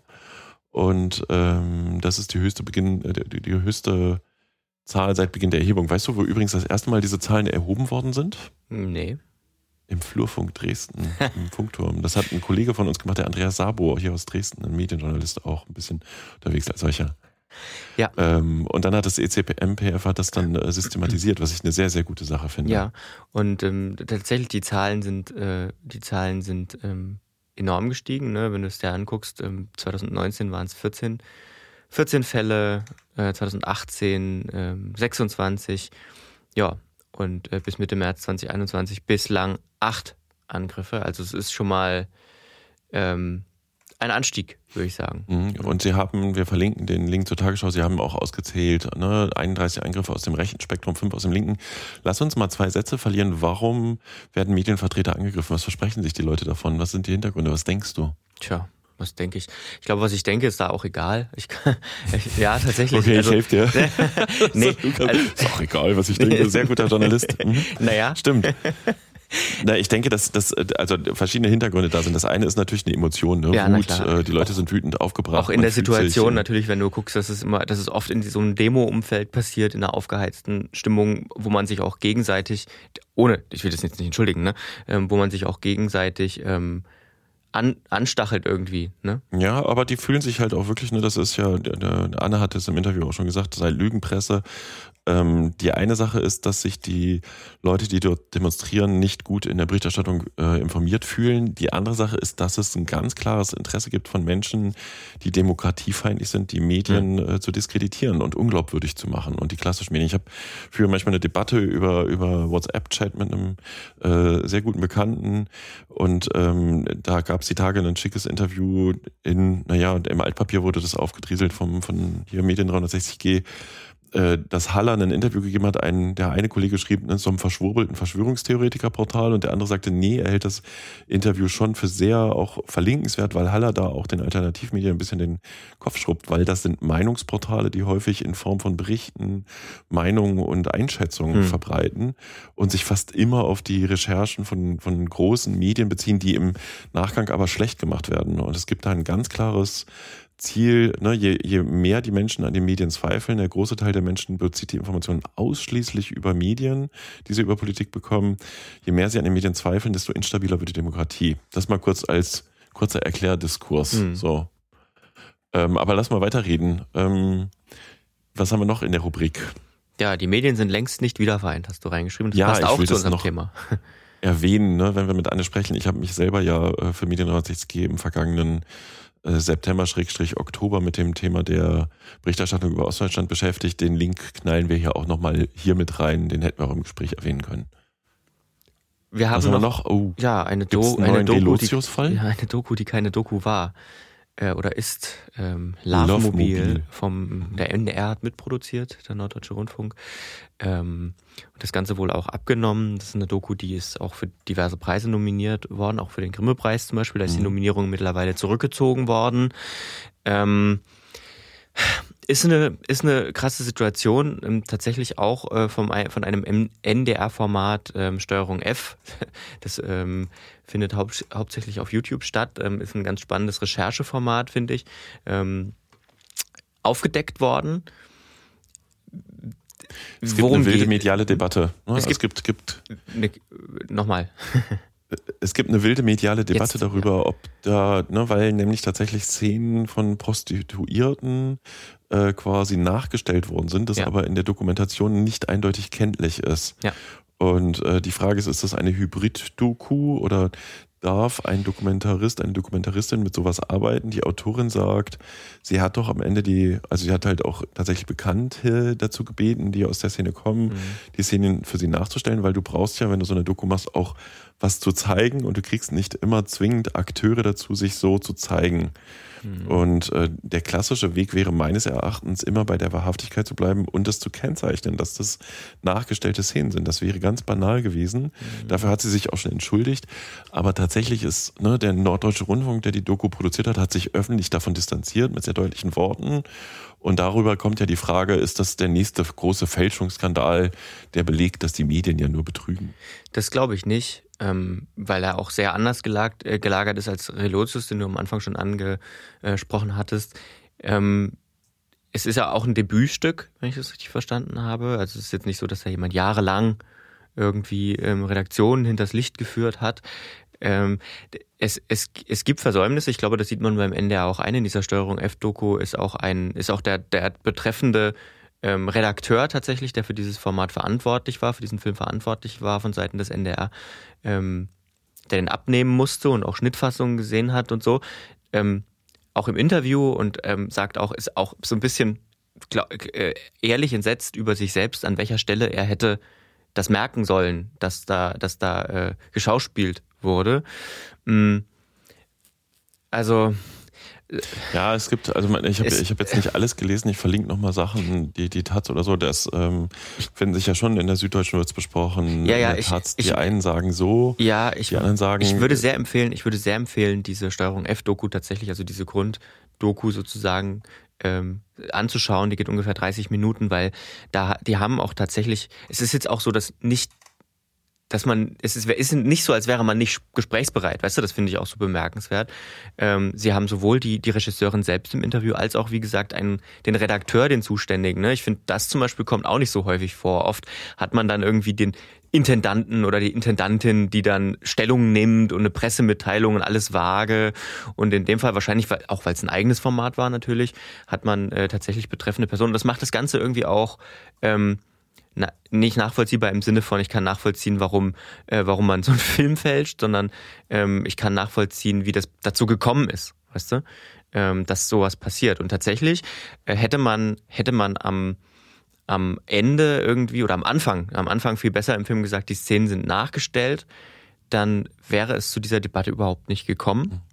und ähm, das ist die höchste Beginn, die, die höchste Zahl seit Beginn der Erhebung. Weißt du, wo übrigens das erste Mal diese Zahlen erhoben worden sind? Nee. Im Flurfunk Dresden, im Funkturm. Das hat ein Kollege von uns gemacht, der Andreas Sabo, hier aus Dresden, ein Medienjournalist, auch ein bisschen unterwegs als solcher. Ja. Ähm, und dann hat das E C P M P F hat das dann äh, systematisiert, was ich eine sehr, sehr gute Sache finde. Ja, und ähm, tatsächlich die Zahlen sind, äh, die Zahlen sind ähm, enorm gestiegen. Ne? Wenn du es dir anguckst, ähm, zwanzig neunzehn waren es vierzehn, vierzehn Fälle, äh, zwanzig achtzehn äh, sechsundzwanzig, ja, und äh, bis Mitte März zwanzig einundzwanzig bislang acht Angriffe. Also es ist schon mal ähm, ein Anstieg, würde ich sagen. Und Sie haben, wir verlinken den Link zur Tagesschau, Sie haben auch ausgezählt, ne, einunddreißig Angriffe aus dem rechten Spektrum, fünf aus dem linken. Lass uns mal zwei Sätze verlieren. Warum werden Medienvertreter angegriffen? Was versprechen sich die Leute davon? Was sind die Hintergründe? Was denkst du? Tja, was denke ich? Ich glaube, was ich denke, ist da auch egal. Ich kann, ich, ja, tatsächlich. Okay, also, ich helfe dir. nee, also, ist auch egal, was ich denke. Sehr guter Journalist. Mhm. Naja. Stimmt. Na, ich denke, dass, dass also verschiedene Hintergründe da sind. Das eine ist natürlich eine Emotion, ne? Ja, Wut, äh, die Leute sind wütend aufgebracht. Auch in der Situation natürlich, wenn du guckst, dass es immer, dass es oft in so einem Demo-Umfeld passiert, in einer aufgeheizten Stimmung, wo man sich auch gegenseitig, ohne, ich will das jetzt nicht entschuldigen, ne, ähm, wo man sich auch gegenseitig ähm, an, anstachelt irgendwie, ne? Ja, aber die fühlen sich halt auch wirklich, ne, das ist ja, der, der Anne hat es im Interview auch schon gesagt, das sei Lügenpresse. Ähm, die eine Sache ist, dass sich die Leute, die dort demonstrieren, nicht gut in der Berichterstattung äh, informiert fühlen. Die andere Sache ist, dass es ein ganz klares Interesse gibt von Menschen, die demokratiefeindlich sind, die Medien mhm. äh, zu diskreditieren und unglaubwürdig zu machen. Und die klassischen Medien. Ich habe früher manchmal eine Debatte über, über WhatsApp-Chat mit einem äh, sehr guten Bekannten und ähm, da gab es die Tage ein schickes Interview in, naja, im Altpapier wurde das aufgedrieselt vom, von hier Medien dreihundertsechzig G, dass Haller ein Interview gegeben hat, ein, der eine Kollege schrieb in so einem verschwurbelten Verschwörungstheoretiker-Portal und der andere sagte, nee, er hält das Interview schon für sehr auch verlinkenswert, weil Haller da auch den Alternativmedien ein bisschen den Kopf schrubbt, weil das sind Meinungsportale, die häufig in Form von Berichten, Meinungen und Einschätzungen hm. verbreiten und sich fast immer auf die Recherchen von, von großen Medien beziehen, die im Nachgang aber schlecht gemacht werden. Und es gibt da ein ganz klares Ziel, ne, je, je mehr die Menschen an den Medien zweifeln, der große Teil der Menschen bezieht die Informationen ausschließlich über Medien, die sie über Politik bekommen, je mehr sie an den Medien zweifeln, desto instabiler wird die Demokratie. Das mal kurz als kurzer Erklärdiskurs. Mhm. So. Ähm, aber lass mal weiterreden. Ähm, was haben wir noch in der Rubrik? Ja, die Medien sind längst nicht wiedervereint, hast du reingeschrieben. Das ja, passt ich auch will zu das unserem noch Thema. Erwähnen, ne, wenn wir mit Anne sprechen. Ich habe mich selber ja für Medien dreihundertsechzig G im vergangenen September-Oktober mit dem Thema der Berichterstattung über Ostdeutschland beschäftigt. Den Link knallen wir hier auch nochmal hier mit rein. Den hätten wir auch im Gespräch erwähnen können. Wir haben, Was haben noch, wir noch? Oh, ja, eine, Do- eine Doku, die, ja, eine Doku, die keine Doku war. äh, oder ist ähm, Lovemobil vom, der N D R hat mitproduziert, der Norddeutsche Rundfunk. Ähm, und das Ganze wohl auch abgenommen. Das ist eine Doku, die ist auch für diverse Preise nominiert worden, auch für den Grimme-Preis zum Beispiel. Da ist die Nominierung mittlerweile zurückgezogen worden. Ähm, Ist eine, ist eine krasse Situation, ähm, tatsächlich auch äh, vom, von einem N D R-Format ähm, Steuerung F. Das ähm, findet haupt, hauptsächlich auf YouTube statt, ähm, ist ein ganz spannendes Rechercheformat, finde ich, ähm, aufgedeckt worden. Es gibt Worum eine wilde geht? mediale Debatte. Ne? Es gibt, es gibt, gibt ne, nochmal. Es gibt eine wilde mediale Debatte Jetzt, darüber, ja. ob da, ne, weil nämlich tatsächlich Szenen von Prostituierten äh, quasi nachgestellt worden sind, das ja. aber in der Dokumentation nicht eindeutig kenntlich ist. Ja. Und äh, die Frage ist, ist das eine Hybrid-Doku oder darf ein Dokumentarist, eine Dokumentaristin mit sowas arbeiten? Die Autorin sagt, sie hat doch am Ende die, also sie hat halt auch tatsächlich Bekannte dazu gebeten, die aus der Szene kommen, mhm. die Szenen für sie nachzustellen, weil du brauchst ja, wenn du so eine Doku machst, auch was zu zeigen und du kriegst nicht immer zwingend Akteure dazu, sich so zu zeigen. Mhm. Und äh, der klassische Weg wäre meines Erachtens immer bei der Wahrhaftigkeit zu bleiben und das zu kennzeichnen, dass das nachgestellte Szenen sind. Das wäre ganz banal gewesen. Mhm. Dafür hat sie sich auch schon entschuldigt. Aber tatsächlich ist ne, der Norddeutsche Rundfunk, der die Doku produziert hat, hat sich öffentlich davon distanziert mit sehr deutlichen Worten. Und darüber kommt ja die Frage, ist das der nächste große Fälschungsskandal, der belegt, dass die Medien ja nur betrügen? Das glaube ich nicht, ähm, weil er auch sehr anders gelagert, äh, gelagert ist als Relotius, den du am Anfang schon angesprochen hattest. Ähm, es ist ja auch ein Debütstück, wenn ich das richtig verstanden habe. Also es ist jetzt nicht so, dass da jemand jahrelang irgendwie ähm, Redaktionen hinters Licht geführt hat. Ähm, es, es, es gibt Versäumnisse, ich glaube, das sieht man beim N D R auch ein. In dieser Steuerung F-Doku ist auch ein, ist auch der, der betreffende ähm, Redakteur tatsächlich, der für dieses Format verantwortlich war, für diesen Film verantwortlich war von Seiten des N D R, ähm, der den abnehmen musste und auch Schnittfassungen gesehen hat und so, ähm, auch im Interview und ähm, sagt auch, ist auch so ein bisschen glaub, äh, ehrlich entsetzt über sich selbst, an welcher Stelle er hätte das merken sollen, dass da, dass da äh, geschauspielt wurde. Also ja, es gibt, also ich habe ich hab jetzt nicht alles gelesen, ich verlinke nochmal Sachen, die, die Taz oder so, das ähm, finden sich ja schon in der Süddeutschen wird's besprochen, ja, ja, in der ich, Taz, die ich, einen sagen so, ja, ich, die anderen sagen... Ich würde sehr empfehlen, ich würde sehr empfehlen, diese Steuerung F-Doku tatsächlich, also diese Grunddoku sozusagen ähm, anzuschauen, die geht ungefähr dreißig Minuten, weil da, die haben auch tatsächlich, es ist jetzt auch so, dass nicht dass man, es ist, ist nicht so, als wäre man nicht gesprächsbereit, weißt du, das finde ich auch so bemerkenswert. Ähm, sie haben sowohl die, die Regisseurin selbst im Interview, als auch, wie gesagt, einen, den Redakteur, den Zuständigen, ne? Ich finde, das zum Beispiel kommt auch nicht so häufig vor. Oft hat man dann irgendwie den Intendanten oder die Intendantin, die dann Stellung nimmt und eine Pressemitteilung und alles vage. Und in dem Fall wahrscheinlich, auch weil es ein eigenes Format war natürlich, hat man äh, tatsächlich betreffende Personen. Das macht das Ganze irgendwie auch, ähm, Na, nicht nachvollziehbar im Sinne von, ich kann nachvollziehen, warum, äh, warum man so einen Film fälscht, sondern ähm, ich kann nachvollziehen, wie das dazu gekommen ist, weißt du, ähm, dass sowas passiert. Und tatsächlich äh, hätte man, hätte man am, am Ende irgendwie oder am Anfang, am Anfang viel besser im Film gesagt, die Szenen sind nachgestellt, dann wäre es zu dieser Debatte überhaupt nicht gekommen. Mhm.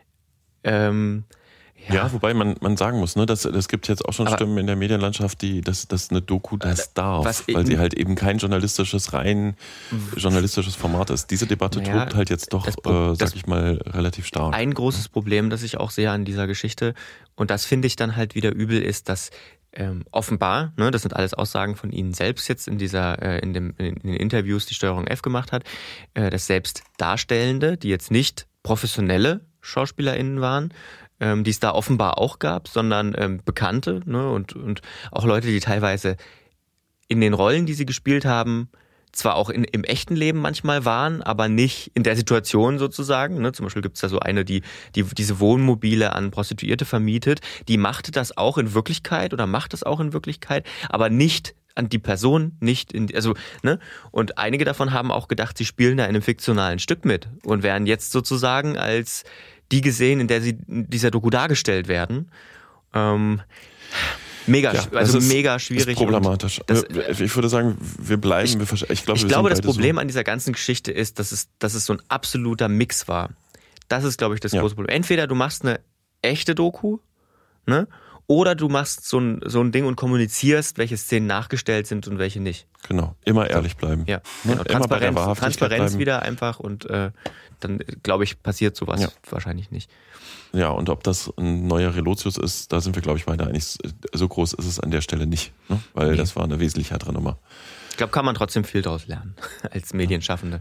Ähm, Ja. ja, wobei man, man sagen muss, ne, das, das gibt jetzt auch schon aber Stimmen in der Medienlandschaft, die, dass, dass eine Doku das darf, was weil sie halt eben kein journalistisches, rein journalistisches Format ist. Diese Debatte naja, tobt halt jetzt doch, das, äh, sag das, ich mal, relativ stark. Ein großes Problem, das ich auch sehe an dieser Geschichte, und das finde ich dann halt wieder übel, ist, dass ähm, offenbar, ne, das sind alles Aussagen von Ihnen selbst jetzt in dieser, äh, in, dem, in den Interviews, die Steuerung F gemacht hat, äh, dass selbst Darstellende, die jetzt nicht professionelle SchauspielerInnen waren, ähm, die es da offenbar auch gab, sondern ähm, Bekannte, ne, und, und auch Leute, die teilweise in den Rollen, die sie gespielt haben, zwar auch in, im echten Leben manchmal waren, aber nicht in der Situation sozusagen. Ne? Zum Beispiel gibt es da so eine, die, die diese Wohnmobile an Prostituierte vermietet, die machte das auch in Wirklichkeit oder macht das auch in Wirklichkeit, aber nicht an die Person, nicht in, also, ne? Und einige davon haben auch gedacht, sie spielen da in einem fiktionalen Stück mit und werden jetzt sozusagen als die gesehen, in der sie in dieser Doku dargestellt werden. Ähm, mega, ja, also ist, mega schwierig. Ist problematisch. Das, ich würde sagen, wir bleiben. Ich, wir, ich, glaub, ich wir glaube, das sind Problem so an dieser ganzen Geschichte ist, dass es, dass es so ein absoluter Mix war. Das ist, glaube ich, das ja. große Problem. Entweder du machst eine echte Doku, ne? Oder du machst so ein, so ein Ding und kommunizierst, welche Szenen nachgestellt sind und welche nicht. Genau, immer ehrlich bleiben. Ja, ne? genau. Immer bei der Transparenz, Wahrhaftigkeit Transparenz bleiben. wieder einfach und äh, dann, glaube ich, passiert sowas Ja. wahrscheinlich nicht. Ja, und ob das ein neuer Relotius ist, da sind wir, glaube ich, beide einig. So groß ist es an der Stelle nicht, ne? Weil Nee. das war eine wesentlich härtere Nummer. Ich glaube, kann man trotzdem viel daraus lernen als Medienschaffende.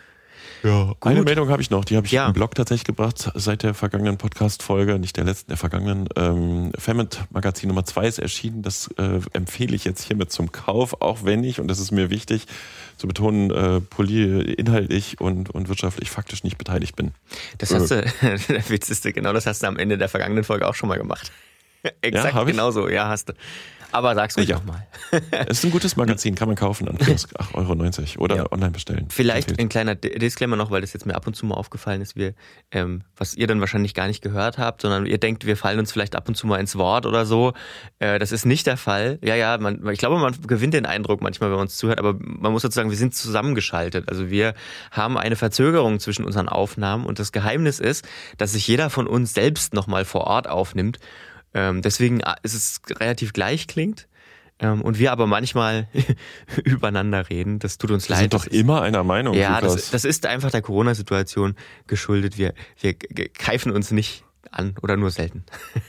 Ja, eine Meldung habe ich noch, die habe ich Ja. im Blog tatsächlich gebracht, seit der vergangenen Podcast-Folge, nicht der letzten, der vergangenen. Ähm, Ferment Magazin Nummer zwei ist erschienen, das äh, empfehle ich jetzt hiermit zum Kauf, auch wenn ich, und das ist mir wichtig zu betonen, äh, poli inhaltlich und, und wirtschaftlich faktisch nicht beteiligt bin. Das hast du, der Witz ist, genau das hast du am Ende der vergangenen Folge auch schon mal gemacht. Exakt hab ich? genauso, ja, hast du. Aber sag's ruhig Ja. nochmal. Es ist ein gutes Magazin, kann man kaufen am Kiosk, acht Euro neunzig oder Ja. online bestellen. Vielleicht Empfehlt. ein kleiner Disclaimer noch, weil das jetzt mir ab und zu mal aufgefallen ist, wir, ähm, was ihr dann wahrscheinlich gar nicht gehört habt, sondern ihr denkt, wir fallen uns vielleicht ab und zu mal ins Wort oder so. Äh, das ist nicht der Fall. Ja, ja, man, ich glaube, man gewinnt den Eindruck manchmal, wenn man uns zuhört, aber man muss sozusagen, wir sind zusammengeschaltet. Also wir haben eine Verzögerung zwischen unseren Aufnahmen und das Geheimnis ist, dass sich jeder von uns selbst nochmal vor Ort aufnimmt. Ähm, deswegen ist es relativ gleich klingt. Ähm, und wir aber manchmal übereinander reden. Das tut uns Wir leid. sind doch immer einer Meinung, Ja, Lukas. das, das ist einfach der Corona-Situation geschuldet. Wir, wir keifen uns nicht an oder nur selten.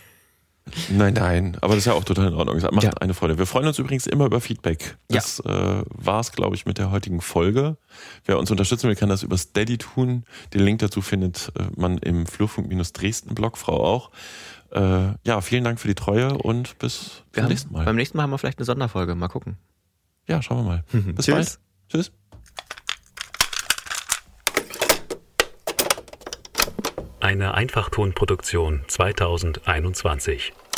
Nein, nein, aber das ist ja auch total in Ordnung. Das macht Ja. eine Freude. Wir freuen uns übrigens immer über Feedback. Das äh, war es, glaube ich, mit der heutigen Folge. Wer uns unterstützen will, kann das über Steady tun. Den Link dazu findet äh, man im Flurfunk-Dresden-Blog, Frau auch. Äh, ja, vielen Dank für die Treue und bis Wir zum haben, nächsten Mal. Beim nächsten Mal haben wir vielleicht eine Sonderfolge. Mal gucken. Ja, schauen wir mal. Bis Tschüss. bald. Tschüss. Eine Einfachtonproduktion zweitausendeinundzwanzig.